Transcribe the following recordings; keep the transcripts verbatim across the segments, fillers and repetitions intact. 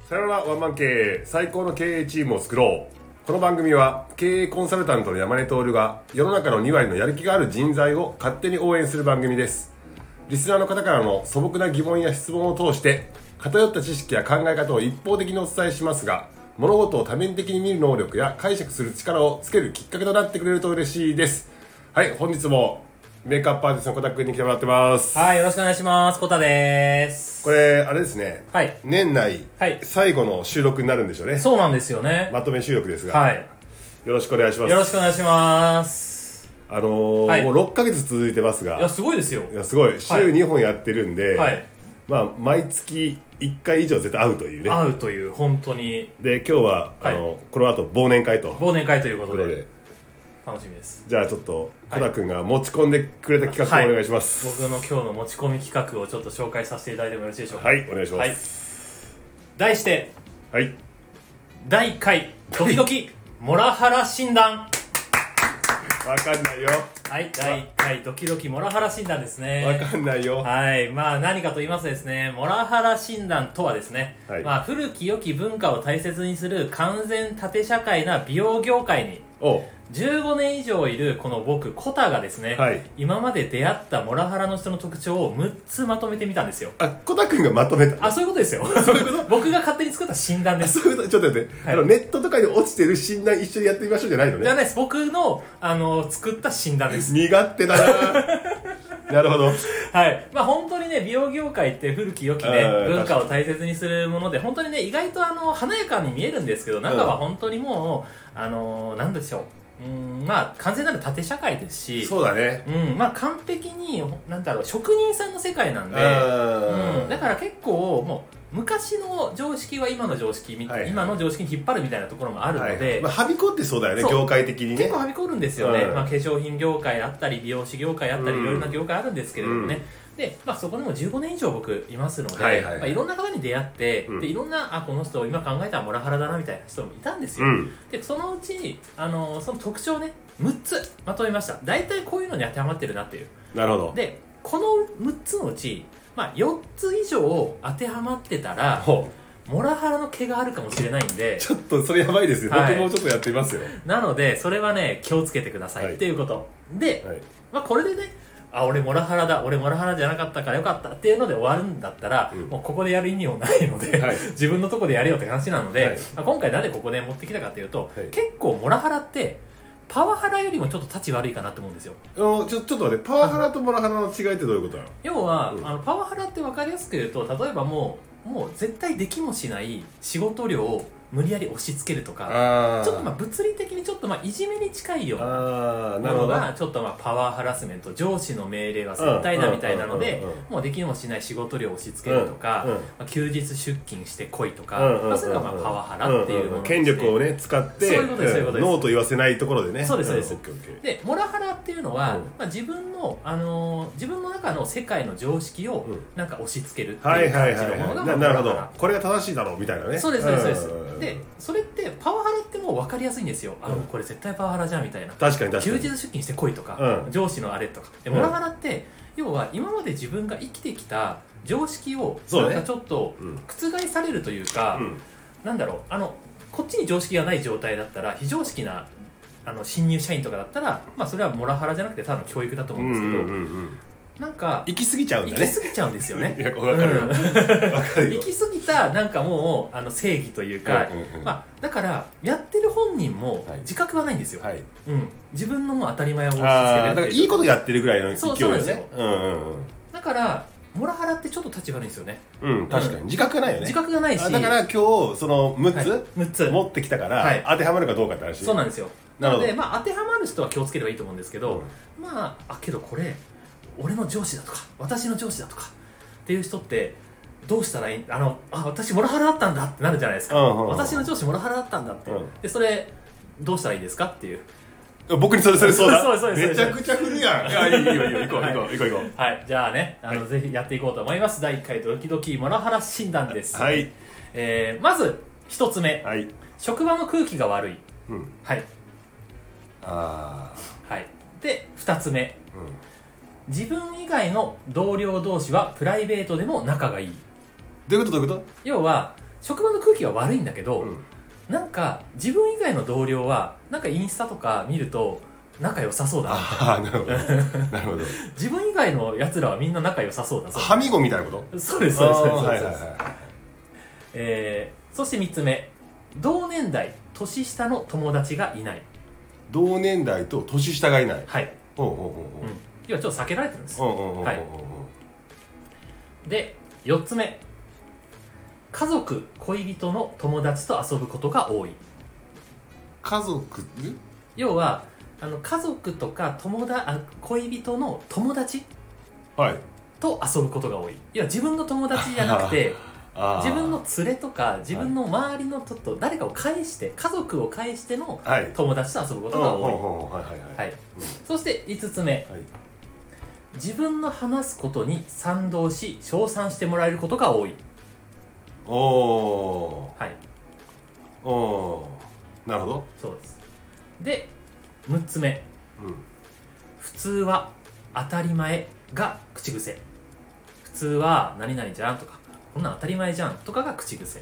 さよならワンマン経営、最高の経営チームを作ろう。この番組は経営コンサルタントの山根徹が世の中のに割のやる気がある人材を勝手に応援する番組です。リスナーの方からの素朴な疑問や質問を通して偏った知識や考え方を一方的にお伝えしますが、物事を多面的に見る能力や解釈する力をつけるきっかけとなってくれると嬉しいです。はい、本日もメイクアップアーティストの小田君に来てもらってます。 はい、よろしくお願いします。小田です。 これあれですね、 はい、 年内最後の収録になるんでしょうね。 そうなんですよね。 まとめ収録ですが、 はい、 よろしくお願いします。 よろしくお願いします。 あのーはい、もうろっかげつ続いてますが、 いやすごいですよ。 いやすごい、週にほんやってるんで、 はい、 まあ毎月いっかい以上絶対会うというね。 会うという本当に。 で今日は、はい、あのこの後忘年会と忘年会ということで。楽しみです。 じゃあちょっと小田君が持ち込んでくれた企画をお願いします。 はい、僕の今日の持ち込み企画をちょっと紹介させていただいてもよろしいでしょうか。 はい、お願いします。 はい、題して、 はい、 だいいっかい時々モラハラ診断。 わかんないよ。 はい、だいいっかいドキドキモラハラ診断ですね。 わかんないよ。 はい、まあ何かと言いますとですね、モラハラ診断とはですね、はい、まあ古き良き文化を大切にする完全縦社会な美容業界にじゅうごねん以上いるこの僕コタがですね、はい、今まで出会ったモラハラの人の特徴をむっつまとめてみたんですよ。 あ、コタ君がまとめた。 あ、そういうことですよ。そういうこと僕が勝手に作った診断です。 そういうこと。ちょっと待って、はい、あのネットとかに落ちてる診断一緒にやってみましょうじゃないのね。 じゃないです。僕のあの作った診断です。 身勝手だな。なるほど。 はい。まあ本当にね、美容業界って古き良きね、文化を大切にするもので、本当にね、意外とあの、華やかに見えるんですけど、中は本当にもう、あの、なんでしょう。うん、まあ完全なる縦社会ですし、 そうだね。 うん、まあ完璧に、なんだろう、職人さんの世界なんで、うん、だから結構もう、昔の常識は今の常識、はいはい、今の常識に引っ張るみたいなところもあるので、はいはい、 まあ、はびこってそうだよね、業界的にね。 結構はびこるんですよね、うん、まあ、化粧品業界あったり美容師業界あったり、うん、いろいろな業界あるんですけれどもね、うん、で、まあ、そこでもじゅうごねん以上僕いますので、はいはいはい、まあ、いろんな方に出会って、うん、でいろんなあこの人今考えたらモラハラだなみたいな人もいたんですよ、うん、でそのうちあのその特徴をねむっつまとめました。大体こういうのに当てはまってるなっていう。 なるほど。 でこのむっつのうち、まあ、よっつ以上当てはまってたらモラハラの毛があるかもしれないんで、 ちょっとそれやばいですよ、はい、僕もちょっとやってみますよ。 なのでそれはね気をつけてください、はい、っていうことで、はい、まあ、これでね、あ俺モラハラだ俺モラハラじゃなかったからよかったっていうので終わるんだったら、うん、もうここでやる意味もないので、はい、自分のとこでやれよって話なので、はい、まあ、今回なんでここで持ってきたかというと、はい、結構モラハラってパワハラよりもちょっと立ち悪いかなと思うんですよ。 ちょちょっと待って、パワハラとモラハラの違いってどういうことなの？ 要は、うん、あのパワハラって分かりやすく言うと、例えばもうもう絶対できもしない仕事量を無理やり押し付けるとか、ちょっとまあ物理的にちょっとまあいじめに近いようなものがちょっとまあパワーハラスメント、上司の命令は絶対だみたいなので、もうできもしない仕事量を押し付けるとか、うんうん、まあ、休日出勤してこいとか、うんうん、まあ、それがまあパワハラっていうものですね。 権力をね使って、そういうことです、そういうことです。ノーと言わせないところでね。 そうです、そうです。でモラハラっていうのは、うん、まあ、自分の、あのー、自分の中の世界の常識をなんか押し付けるっていう感じのものがモラハラ。なるほど。これが正しいだろうみたいなね。そうです、そうです、そうです。でそれってパワハラってもう分かりやすいんですよ、うん、あのこれ絶対パワハラじゃんみたいな。 確かに確かに。 休日出勤してこいとか、うん、上司のあれとかで、モラハラって、うん、要は今まで自分が生きてきた常識をなんかちょっと覆されるというか、うん、なんだろう、あのこっちに常識がない状態だったら、非常識なあの新入社員とかだったら、まあ、それはモラハラじゃなくてただの教育だと思うんですけど、うんうんうんうん、なんか行き過ぎちゃうんだね。 行き過ぎちゃうんですよね。 いや、分かるよ、うん、 行き過ぎたなんかもうあの正義というか、うんうんうん、まあ、だからやってる本人も自覚はないんですよ、はい、うん、自分のもう当たり前を押し付ける。 だからいいことやってるぐらいの勢いよね。 そうそうなんですよ、 うんうんうん、 だからモラハラってちょっと立ち悪いんですよね。 うん、確かに、うん、自覚がないよね。 自覚がないし、 だから今日そのむっつ、はい、 むっつ持ってきたから、はい、当てはまるかどうかって話。 そうなんですよ。なので、まあ、当てはまる人は気をつければいいと思うんですけど、うん、まああけどこれ俺の上司だとか私の上司だとかっていう人ってどうしたらいい、あのあ私モラハラだったんだってなるじゃないですか、うんうんうん、私の上司モラハラだったんだって、うん、でそれどうしたらいいですかっていう。 僕にそれそれそうだそうそうそう、 めちゃくちゃ振るやん。いや、いいよいいよ、行こう行こう行こう行こう。 はい、じゃあね、あの、はい、ぜひやっていこうと思います。だいいっかいドキドキモラハラ診断です。 はい、 えー、まず一つ目、はい、職場の空気が悪い、うん、はい、 あー、はい、で二つ目、うん、自分以外の同僚同士はプライベートでも仲がいい。 どういうことどういうこと？ 要は職場の空気は悪いんだけど、 うん、 なんか自分以外の同僚はなんかインスタとか見ると仲良さそうだなみたいな。 ああ、なるほどなるほど。 自分以外のやつらはみんな仲良さそうだそう。 はみごみたいなこと？ そうですそうですそうです。 はいはいはい。 えー、そしてみっつめ、同年代年下の友達がいない。 同年代と年下がいない。 はい。 おうおうおうおう、うん、 要はちょっと避けられてるんです。 おうおうおうおう、はい、 でよっつめ、家族恋人の友達と遊ぶことが多い。 家族、 要はあの家族とか友達、あ、恋人の友達と遊ぶことが多い。要は自分の友達じゃなくて自分の連れとか自分の周りのちょっと誰かを介して家族を介しての友達と遊ぶことが多い。そしていつつめ、はい、自分の話すことに賛同し称賛してもらえることが多い。 おお、 はい、 おお、なるほど。 そうです。でむっつめ、うん、普通は当たり前が口癖。普通は何々じゃんとかこんなん当たり前じゃんとかが口癖。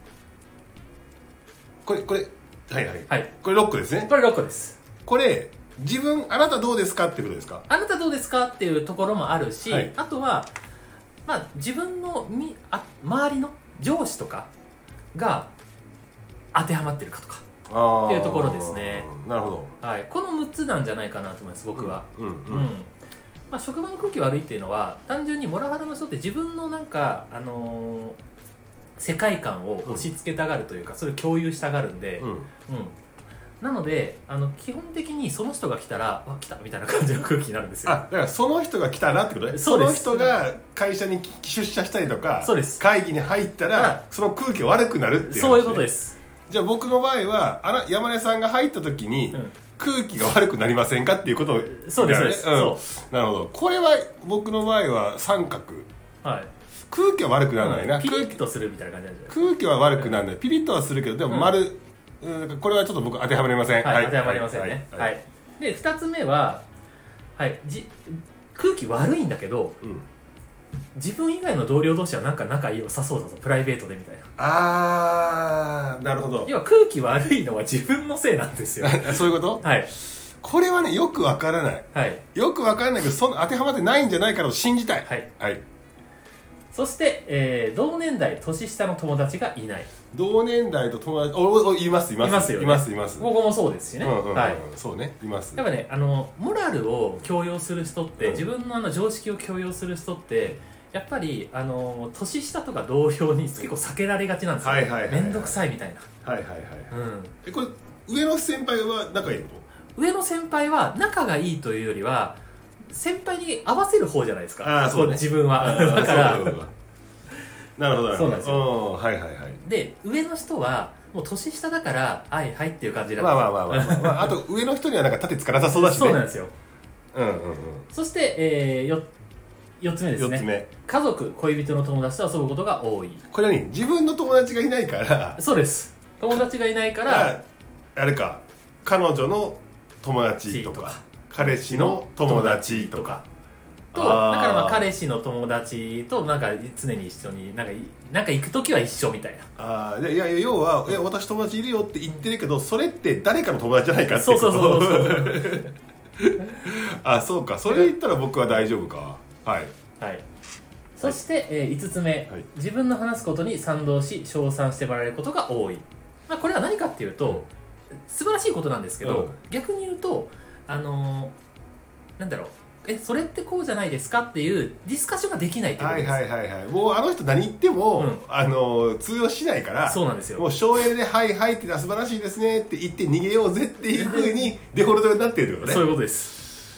これこれはいはい、 はい、 これろっこですね。 これろっこです。 これ自分あなたどうですかってことですか？ あなたどうですかっていうところもあるし、はい、あとはまあ自分のみあ周りの上司とかが当てはまってるかとかっていうところですね。 なるほど、 はい、このむっつなんじゃないかなと思います僕は。うん、うんうん、まあ、職場の空気悪いっていうのは単純にモラハラの人って自分のなんか、あのー、世界観を押し付けたがるというか、それを共有したがるんで、うんうん、なのであの基本的にその人が来たらあ来たみたいな感じの空気になるんですよ。 あ、だからその人が来たらってことね。その人が会社に出社したりとかそうです会議に入ったらその空気悪くなるっていう、ね、 そういうことです。 じゃあ僕の場合はあら山根さんが入った時に、うん、空気が悪くなりませんかっていうことを、ね、 そうですそうです、うん、そうなるほど。これは僕の場合は三角、はい、空気は悪くならないな、うん、 ピリッとするみたいな感じなんじゃない。 空気は悪くならない、ピリッとはするけどでも丸、うんうん、これはちょっと僕当てはまりません。 はい、はい、当てはまりませんね。はい、はいはい、でふたつめは、はい、じ空気悪いんだけど、うん、自分以外の同僚同士はなんか仲良さそうだぞプライベートでみたいな。 あー、なるほど。 要は空気悪いのは自分のせいなんですよ。 そういうこと？はい。これはねよくわからない、はい、よくわからないけどその当てはまってないんじゃないかと信じたい。はい、はい、 そして、えー、同年代年下の友達がいない。 同年代と友達おおいますいますいますよ、ね、いますいます。 ここもそうですしね、うんうんうん、はい、 そうね、います。 やっぱねあのモラルを強要する人って、うん、自分のあの常識を強要する人ってやっぱりあの年下とか同僚に結構避けられがちなんですよ。面倒くさいみたいな。はいはいはい、うん、えこれ上の先輩は仲いいの？ 上の先輩は仲がいいというよりは先輩に合わせる方じゃないですか。あそう、ね、自分はだからなるほど、 そうなんですよ。 はいはいはい。 で上の人はもう年下だからはいはいっていう感じだった。まあまあまあまあ、まあ、あと上の人にはなんか盾つかなさそうだしね。 そうなんですよ。 うんうんうん。 そして、えー、よよっつめですね。よっつめ、家族恋人の友達と遊ぶことが多い。 これはね自分の友達がいないから。 そうです。友達がいないからあれか彼女の友達とか彼氏の友達とかとだからまあ彼氏の友達となんか常に一緒になんかなんか行く時は一緒みたいな。 あいやいや要はえ私友達いるよって言ってるけどそれって誰かの友達じゃないかってそうそうそうそうあそうかそれ言ったら僕は大丈夫か。はい、はい、 そして、えー、いつつめ、はい、自分の話すことに賛同し称賛してもらえることが多い。まあ、これは何かっていうと素晴らしいことなんですけど、うん、逆に言うとあのー、なんだろうえそれってこうじゃないですかっていうディスカッションができないってことです。 はいはいはいはい。もうあの人何言っても、うん、あのー、通用しないから。 そうなんですよ。 もう省エネではいはいって素晴らしいですねって言って逃げようぜっていう風にデフォルトになっているよね。 そういうことです。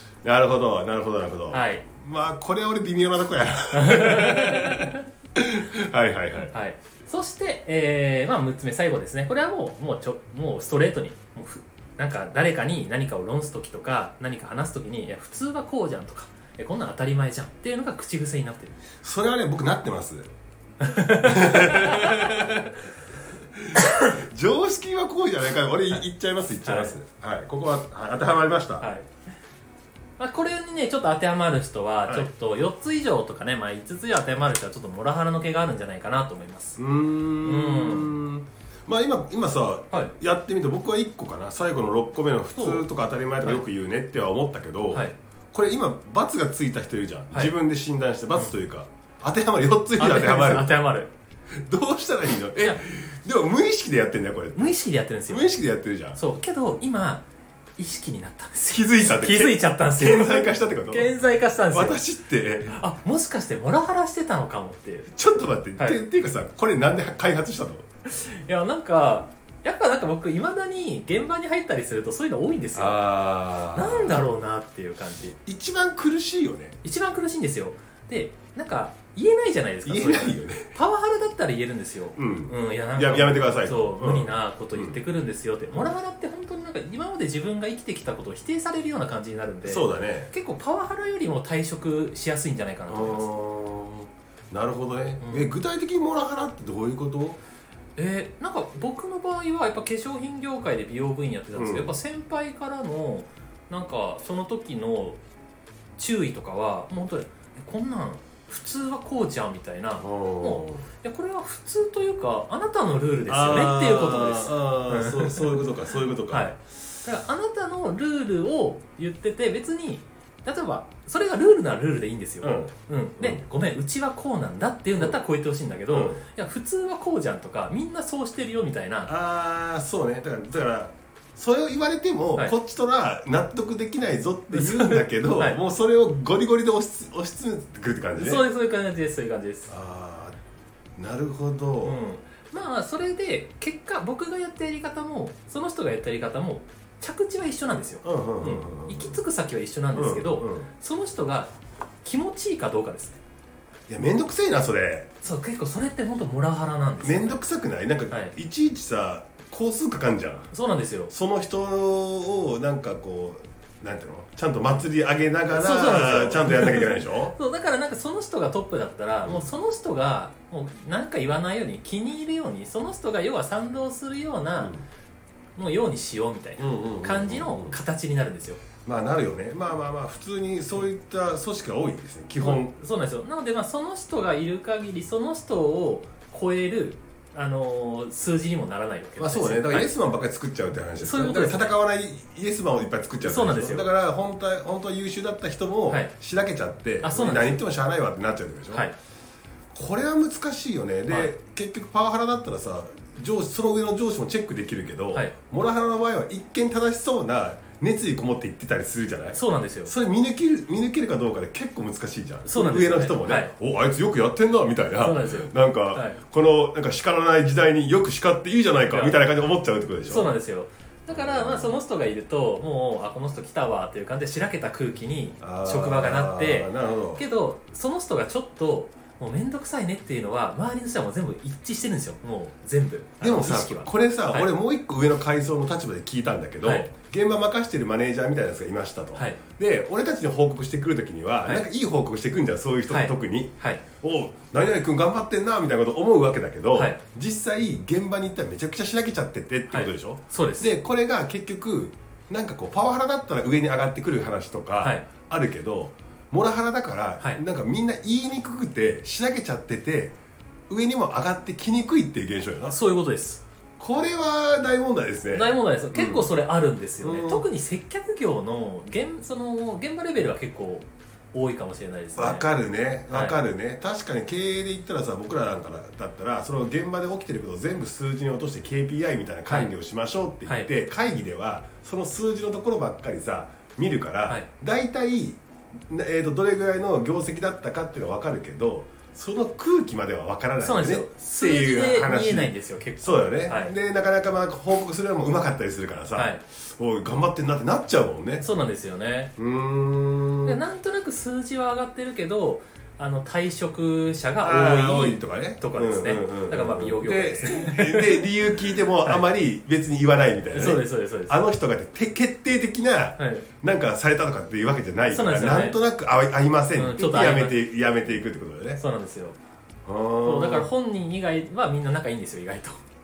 なるほどなるほどなるほど。はい。まあこれは俺微妙なとこや。はいはいはい。はい。 そして、えーまあ、むっつめ最後ですね。これはもうもうちょもうストレートにもうふなんか誰かに何かを論す時とか何か話す時にいや普通はこうじゃんとかえこんなん当たり前じゃんっていうのが口癖になってる。 それはね僕なってます。常識はこうじゃないか俺言っちゃいます言っちゃいます。はい、はい、ここは、はい、当てはまりました。はいまあ、これにねちょっと当てはまる人はちょっとよっつ以上とかね、まあ、いつつ以上当てはまる人はちょっとモラハラの毛があるんじゃないかなと思います。 うーんうんまあ今今さ、はい、やってみて僕はいっこかな、最後のろっこめの普通とか当たり前とかよく言うねっては思ったけど、はい、これ今×がついた人いるじゃん、はい、自分で診断して×というか、うん、当てはまるよっつ以上当てはまる当てはまるどうしたらいいの？えでも無意識でやってんだよこれ。 無意識でやってるんですよ。 無意識でやってるじゃん。 そうけど今意識になったんですよ。 気づいたって気づいちゃったんですよ。 顕在化したってこと？ 顕在化したんですよ。 私ってあもしかしてモラハラしてたのかもっていう。 ちょっと待って、はい、てっていうかさこれなんで開発したの？いやなんかやっぱなんか僕いまだに現場に入ったりするとそういうの多いんですよ。あなんだろうなっていう感じ。 一番苦しいよね。 一番苦しいんですよ。でなんか言えないじゃないですか。 言えないよね。 パワハラだったら言えるんですよ。 うん、うん、 いやなんかや, やめてください。 そう、うん、無理なこと言ってくるんですよって、うん、モラハラって本当になんか今まで自分が生きてきたことを否定されるような感じになるんで、 そうだね。 結構パワハラよりも退職しやすいんじゃないかなと思います。 なるほどね、うん、え具体的にモラハラってどういうこと？ えー、なんか僕の場合はやっぱ化粧品業界で美容部員やってたんですけど、うん、やっぱ先輩からのなんかその時の注意とかはもう本当にこんなん普通はこうじゃんみたいな、もういやこれは普通というかあなたのルールですよねっていうことです。 ああそうそういうことかそういうことか、 はい、だからあなたのルールを言ってて別に例えばそれがルールならルールでいいんですよ、うんうん、で、うん、ごめんうちはこうなんだっていうんだったらこう言ってほしいんだけど、うん、いや普通はこうじゃんとかみんなそうしてるよみたいな。 ああそうね。だからだからそれを言われても、はい、こっちとら納得できないぞって言うんだけど、はい、もうそれをゴリゴリで押し押し詰めてくるって感じね。 そうですそういう感じですそういう感じです。 ああなるほど、うん、 まあそれで結果僕がやったやり方もその人がやったやり方も着地は一緒なんですよ。行き着く先は一緒なんですけど、うんうん、その人が気持ちいいかどうかですね。 いやめんどくせえなそれ。 そう結構それって本当モラハラなんですよ。 めんどくさくない？なんか、はい、いちいちさ工数かかんじゃん。 そうなんですよ。 その人をなんかこうなんていうのちゃんと祭り上げながらちゃんとやんなきゃいけないでしょそうだからなんかその人がトップだったら、うん、もうその人がもうなんか言わないように気に入るようにその人が要は賛同するような、うん、もうようにしようみたいな感じの形になるんですよ。 まあなるよね。まあまあまあ普通にそういった組織が多いんですね基本。 そうなんですよ。なのでまあその人がいる限りその人を超えるあのー、数字にもならないわけです。 まあそうね。だからイエスマンばっかり作っちゃうって話です。そういうことです。だから戦わないイエスマンをいっぱい作っちゃう。 そうなんですよ。 だから本当は本当は優秀だった人もしらけちゃって、はい、何言ってもしゃあないわってなっちゃうでしょ。はい。これは難しいよね。で、はい、結局パワハラだったらさ上司その上の上司もチェックできるけど、はい、モラハラの場合は一見正しそうな熱意こもって言ってたりするじゃない。 そうなんですよ。 それ見抜ける見抜けるかどうかで結構難しいじゃん。 そうなんですよ、ね、 上の人もね、 はい、 おあいつよくやってんなみたいな。 そうなんですよ。 なんか、 はい、 このなんか叱らない時代によく叱っていいじゃないかみたいな感じで思っちゃうってことでしょ。 そうなんですよ。だからまあその人がいるともうあこの人来たわっていう感じでしらけた空気に職場がなって、 なるほど。 けどその人がちょっともう面倒くさいねっていうのは周りの人はもう全部一致してるんですよ。もう全部。 でもさこれさ、はい、俺もう一個上の階層の立場で聞いたんだけど、はい、現場任してるマネージャーみたいなやつがいましたと、はい、で俺たちに報告してくるときには、はい、なんかいい報告してくるんじゃんそういう人が特に、はい、お何々君頑張ってんなみたいなこと思うわけだけど、はい、実際現場に行ったらめちゃくちゃしらけちゃっててってことでしょ、はい、 そうです。 でこれが結局なんかこうパワハラだったら上に上がってくる話とかあるけど、はい、モラハラだから、はい、なんかみんな言いにくくてしらけちゃってて上にも上がってきにくいっていう現象よな。 そういうことです。 これは大問題ですね。 大問題です、うん、結構それあるんですよね、うん、特に接客業の 現, その現場レベルは結構多いかもしれないですね。 わかるねわかるね、はい、確かに経営で言ったらさ僕らなんかだったらその現場で起きてることを全部数字に落として ケーピーアイ みたいな管理をしましょうって言って、はい、会議ではその数字のところばっかりさ見るから、はい、大体えー、とどれぐらいの業績だったかっていうのは分かるけどその空気までは分からないよねっていう話。 見えないんですよ結構。 そうだよね、はい、でなかなかまあ報告するのもうまかったりするからさ、はい、おい頑張ってんなってなっちゃうもんね。 そうなんですよね。 うーんでなんとなく数字は上がってるけどあの退職者が多いとかねとかですね、うんうんうん、だからまあ美容業界ですね。 で, で理由聞いてもあまり別に言わないみたいなね、 はい、そうですそうですそうです。 あの人がて決定的な、はい、なんかされたとかっていうわけじゃないから、な, ん、ね、なんとなく合いませんって、うん、やめてやめていくってことだよね。 そうなんですよ。そうだから本人以外はみんな仲いいんですよ意外と。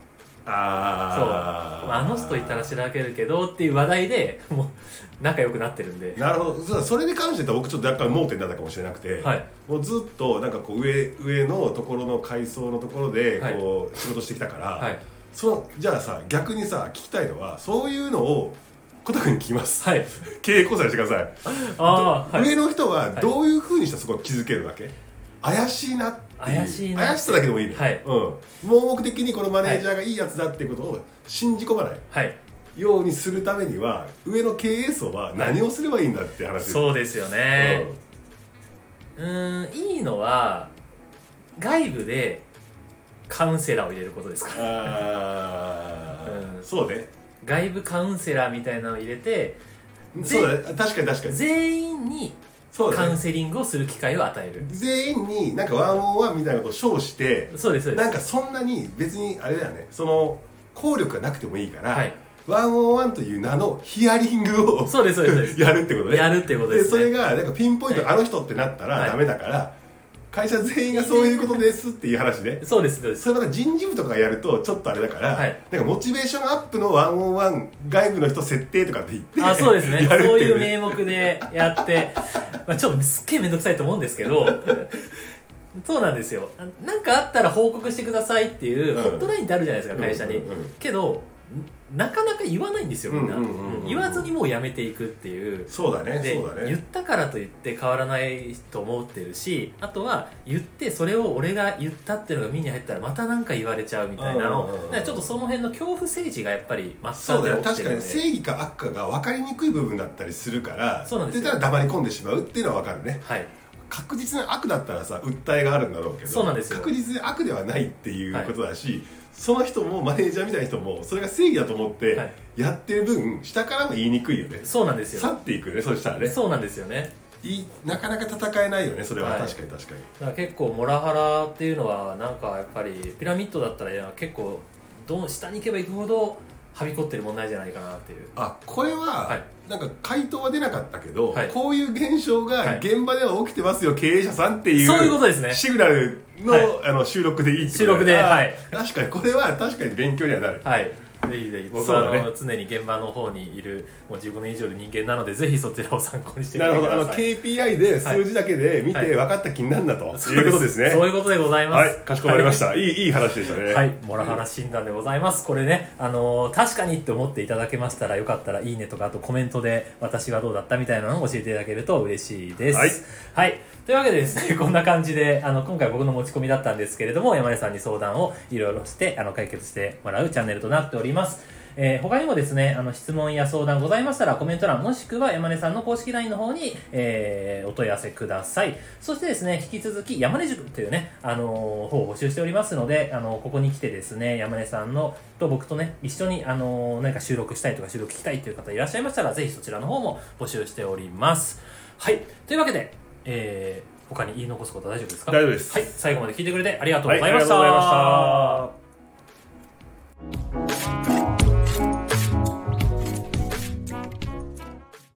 あそう、まあ、あの人いたらしらけるけどっていう話題でもう仲良くなってるんで。 なるほど。それに関しては僕ちょっと若干盲点だったかもしれなくて、はい、もうずっとなんかこう 上, 上のところの階層のところでこう仕事してきたから、はい、そのじゃあさ逆にさ聞きたいのはそういうのを小田君に聞きます、はい、経営講座してください。あ、はい、上の人はどういうふうにしたらそこを気づけるわけ？怪しいなっていう怪しいな怪しさだけでもいいね、はいうん、盲目的にこのマネージャーがいいやつだっていうことを信じ込まない、はい、ようにするためには上の経営層は何をすればいいんだって話です、 そうですよね、うん、うーんいいのは外部でカウンセラーを入れることですから。 あ、うん、そうね、 外部カウンセラーみたいなのを入れて、 そうだね、確かに確かに全員にカウンセリングをする機会を与える、 全員になんかワンオンワンみたいなことを称して、 そうですそうです、 なんかそんなに別にあれだよね、その効力がなくてもいいから、はい、ワンオンワンという名のヒアリングをそうですそうですやるってことね。 やるってことです、ね、 でそれがなんかピンポイント、はい、あの人ってなったらダメだから、はい、会社全員がそういうことですっていう話で、 そうですそうです。 それまた人事部とかがやるとちょっとあれだから、はい、なんかモチベーションアップのワンオンワン外部の人設定とかって言ってあ、そうですねそういう名目でやってまあちょっとすっげえめんどくさいと思うんですけどそうなんですよ。なんかあったら報告してくださいっていうホットラインってあるじゃないですか、会社に、うんうんうん、けどなかなか言わないんですよみんな、言わずにもうやめていくっていう。 そうだね、 でそうだね、 言ったからといって変わらないと思ってるし、あとは言ってそれを俺が言ったっていうのが耳に入ったらまた何か言われちゃうみたいなの、ちょっとその辺の恐怖政治がやっぱり真っそうだよ、確かに正義か悪かが分かりにくい部分だったりするから、 そうなんですよ。 でたら黙り込んでしまうっていうのは分かるね。 はい、 確実な悪だったらさ訴えがあるんだろうけど、 そうなんですよ、 確実に悪ではないっていうことだし、はい、その人もマネージャーみたいな人もそれが正義だと思ってやってる分、下からも言いにくいよね。 そうなんですよ、 去っていくよね、そしたらね。そうなんですよね、いなかなか戦えないよね、それは、はい、確かに確かに。 だから結構モラハラっていうのはなんかやっぱりピラミッドだったら結構どう下に行けば行くほどはびこってる問題じゃないかなっていう。 あ、これは、はい、なんか回答は出なかったけど、はい、こういう現象が現場では起きてますよ、はい、経営者さんっていうそういうことですね。 シグナルの、はい、あの収録でいいってこと収録で、はい、 確かにこれは確かに勉強にはなる。 はい、ぜひぜひ僕は、ね、あの常に現場の方にいるもうじゅうごねん以上の人間なので、ぜひそちらを参考にしてみてください。なるほど、あの ケーピーアイ で数字だけで見て分かった気になるんだと、はい、いうことですね。 そういうことでございます。 はい、かしこまりました、はい、いいいい話でしたね。 はい、モラハラ診断でございます。これね、あのー、確かにって思っていただけましたら、よかったらいいねとか、あとコメントで私はどうだったみたいなのを教えていただけると嬉しいです。はい、はい、というわけでですね、こんな感じであの今回僕の持ち込みだったんですけれども、山根さんに相談をいろいろしてあの解決してもらうチャンネルとなっております。えー、他にもですね、あの質問や相談ございましたらコメント欄もしくは山根さんの公式 ライン の方に、えー、お問い合わせください。そしてですね、引き続き山根塾というね、あのー、方を募集しておりますので、あのー、ここに来てですね、山根さんのと僕とね一緒に、あのー、何か収録したいとか収録聞きたいという方いらっしゃいましたら、ぜひそちらの方も募集しております。はい、というわけで、えー、他に言い残すことは大丈夫ですか？ 大丈夫です。 はい、最後まで聞いてくれてありがとうございました。 はい、ありがとうございました。